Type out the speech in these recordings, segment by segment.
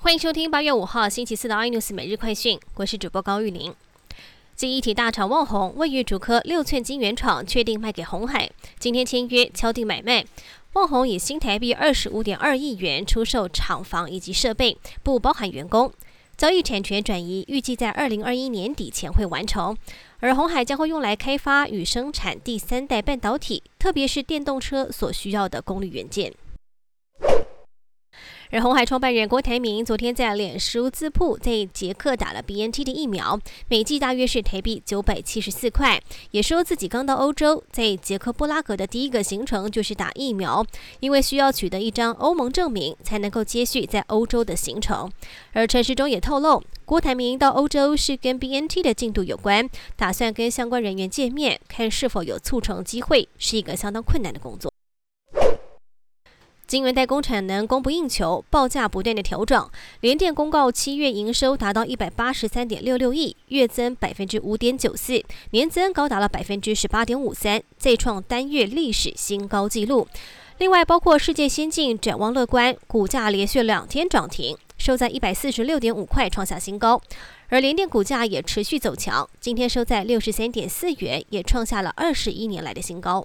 欢迎收听8月5号星期四的 iNews 每日快讯，我是主播高玉玲。记忆体大厂旺宏位于竹科6寸晶圆厂确定卖给鸿海，今天签约敲定买卖。旺宏以新台币25.2亿元出售厂房以及设备，不包含员工。交易产权转移预计在2021年底前会完成，而鸿海将会用来开发与生产第3代半导体，特别是电动车所需要的功率元件。而鸿海创办人郭台铭昨天在脸书自曝在捷克打了 BNT 的疫苗，每剂大约是台币974块，也说自己刚到欧洲，在捷克布拉格的第一个行程就是打疫苗，因为需要取得一张欧盟证明才能够接续在欧洲的行程。而陈时中也透露，郭台铭到欧洲是跟 BNT 的进度有关，打算跟相关人员见面，看是否有促成机会，是一个相当困难的工作。晶圆代工产能供不应求，报价不断的调整。联电公告7月营收达到183.66亿，月增5.94%，年增高达了18.53%，再创单月历史新高纪录。另外，包括世界先进展望乐观，股价连续2天涨停，收在146.5块，创下新高。而联电股价也持续走强，今天收在63.4元，也创下了21年来的新高。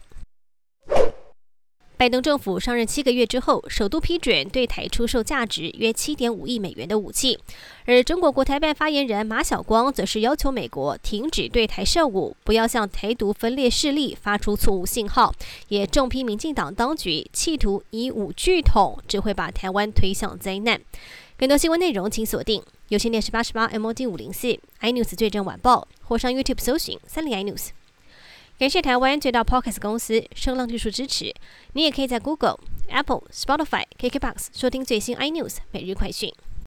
拜登政府上任7个月之后，首度批准对台出售价值约7.5亿美元的武器，而中国国台办发言人马晓光则是要求美国停止对台售武，不要向台独分裂势力发出错误信号，也重批民进党当局企图以武拒统，只会把台湾推向灾难。更多新闻内容请锁定有线电视88 MOD 504 iNews 最正晚报，或上 YouTube 搜寻3立 iNews。感谢台湾最大 Podcast 公司声浪技术支持。你也可以在 Google、Apple、Spotify、KKBOX 收听最新 iNews 每日快讯。